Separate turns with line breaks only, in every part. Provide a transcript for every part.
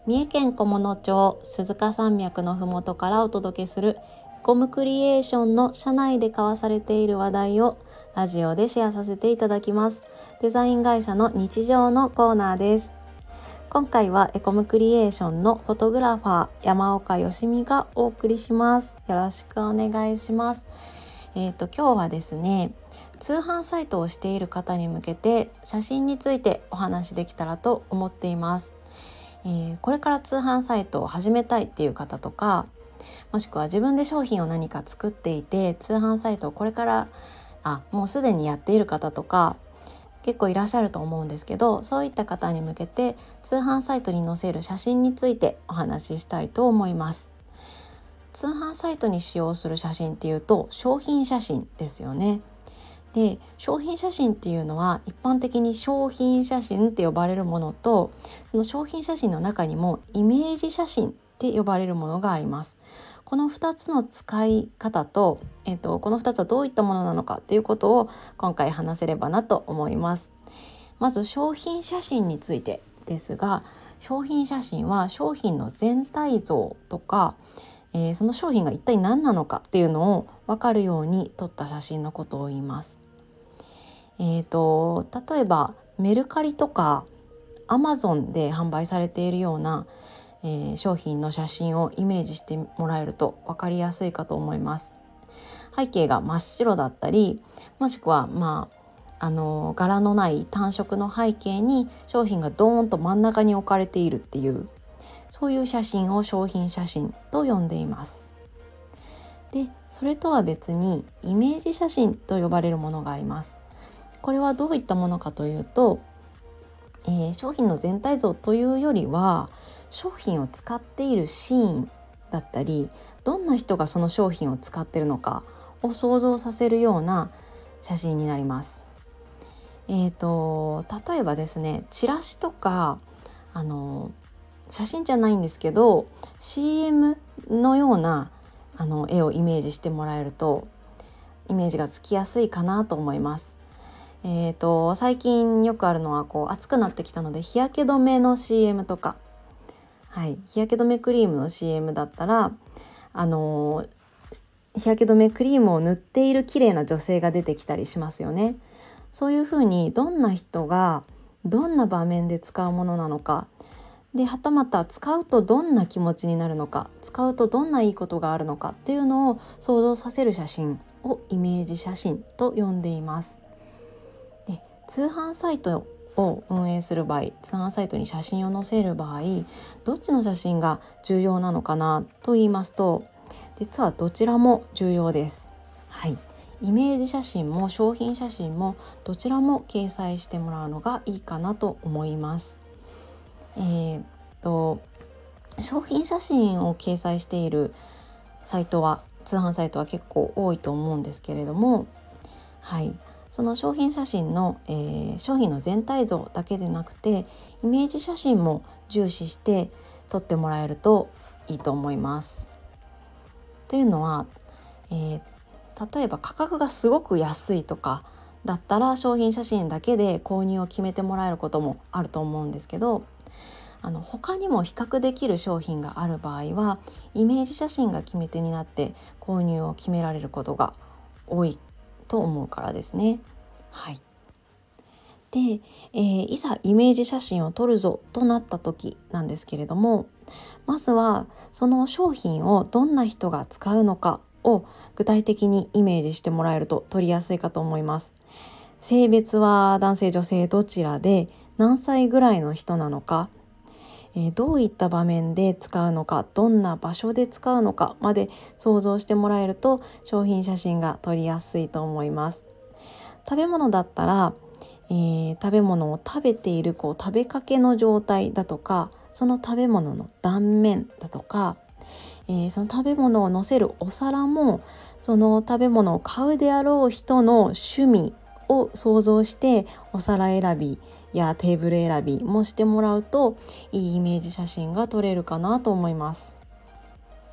三重県菰野町鈴鹿山脈のふもとからお届けするエコムクリエーションの社内で交わされている話題をラジオでシェアさせていただきます。デザイン会社の日常のコーナーです。今回はエコムクリエーションのフォトグラファー山岡よしみがお送りします。よろしくお願いします。今日はですね、通販サイトをしている方に向けて写真についてお話できたらと思っています。これから通販サイトを始めたいっていう方とか、もしくは自分で商品を何か作っていて通販サイトをこれからもうすでにやっている方とか結構いらっしゃると思うんですけど、そういった方に向けて通販サイトに載せる写真についてお話ししたいと思います。通販サイトに使用する写真っていうと商品写真ですよね。で、商品写真っていうのは一般的に商品写真って呼ばれるものと、その商品写真の中にもイメージ写真って呼ばれるものがあります。この2つの使い方と、この2つはどういったものなのかっていうことを今回話せればなと思います。まず商品写真についてですが、商品写真は商品の全体像とか、その商品が一体何なのかっていうのを分かるように撮った写真のことを言います。例えばメルカリとかアマゾンで販売されているような、商品の写真をイメージしてもらえると分かりやすいかと思います。背景が真っ白だったり、もしくは柄のない単色の背景に商品がドーンと真ん中に置かれているっていう、そういう写真を商品写真と呼んでいます。で、それとは別にイメージ写真と呼ばれるものがあります。これはどういったものかというと、商品の全体像というよりは商品を使っているシーンだったり、どんな人がその商品を使っているのかを想像させるような写真になります。例えばですね、チラシとか写真じゃないんですけど CM のような絵をイメージしてもらえるとイメージがつきやすいかなと思います。最近よくあるのは暑くなってきたので日焼け止めの CM とか、日焼け止めクリームの CM だったら日焼け止めクリームを塗っている綺麗な女性が出てきたりしますよね。そういうふうにどんな人がどんな場面で使うものなのかで、はたまた使うとどんな気持ちになるのか、使うとどんないいことがあるのかっていうのを想像させる写真をイメージ写真と呼んでいます。で、通販サイトを運営する場合、通販サイトに写真を載せる場合、どっちの写真が重要なのかなと言いますと、実はどちらも重要です。イメージ写真も商品写真もどちらも掲載してもらうのがいいかなと思います。商品写真を掲載しているサイトは通販サイトは結構多いと思うんですけれども、その商品写真の、商品の全体像だけでなくてイメージ写真も重視して撮ってもらえるといいと思います。というのは、例えば価格がすごく安いとかだったら商品写真だけで購入を決めてもらえることもあると思うんですけど、他にも比較できる商品がある場合はイメージ写真が決め手になって購入を決められることが多いと思うからですね。で、いざイメージ写真を撮るぞとなった時なんですけれども、まずはその商品をどんな人が使うのかを具体的にイメージしてもらえると撮りやすいかと思います。性別は男性女性どちらで、何歳ぐらいの人なのか、どういった場面で使うのか、どんな場所で使うのかまで想像してもらえると商品写真が撮りやすいと思います。食べ物だったら、食べ物を食べている食べかけの状態だとか、その食べ物の断面だとか、その食べ物を乗せるお皿もその食べ物を買うであろう人の趣味を想像してお皿選びやテーブル選びもしてもらうといいイメージ写真が撮れるかなと思います。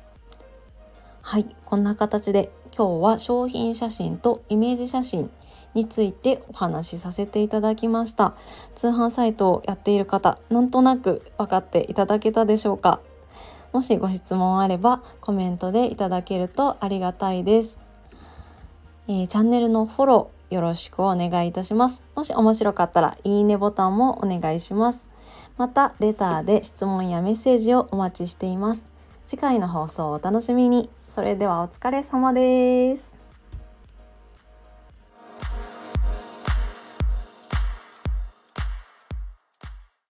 こんな形で今日は商品写真とイメージ写真についてお話しさせていただきました。通販サイトをやっている方、なんとなく分かっていただけたでしょうか。もしご質問あればコメントでいただけるとありがたいです。チャンネルのフォローよろしくお願いいたします。もし面白かったらいいねボタンもお願いします。またレターで質問やメッセージをお待ちしています。次回の放送をお楽しみに。それではお疲れ様です。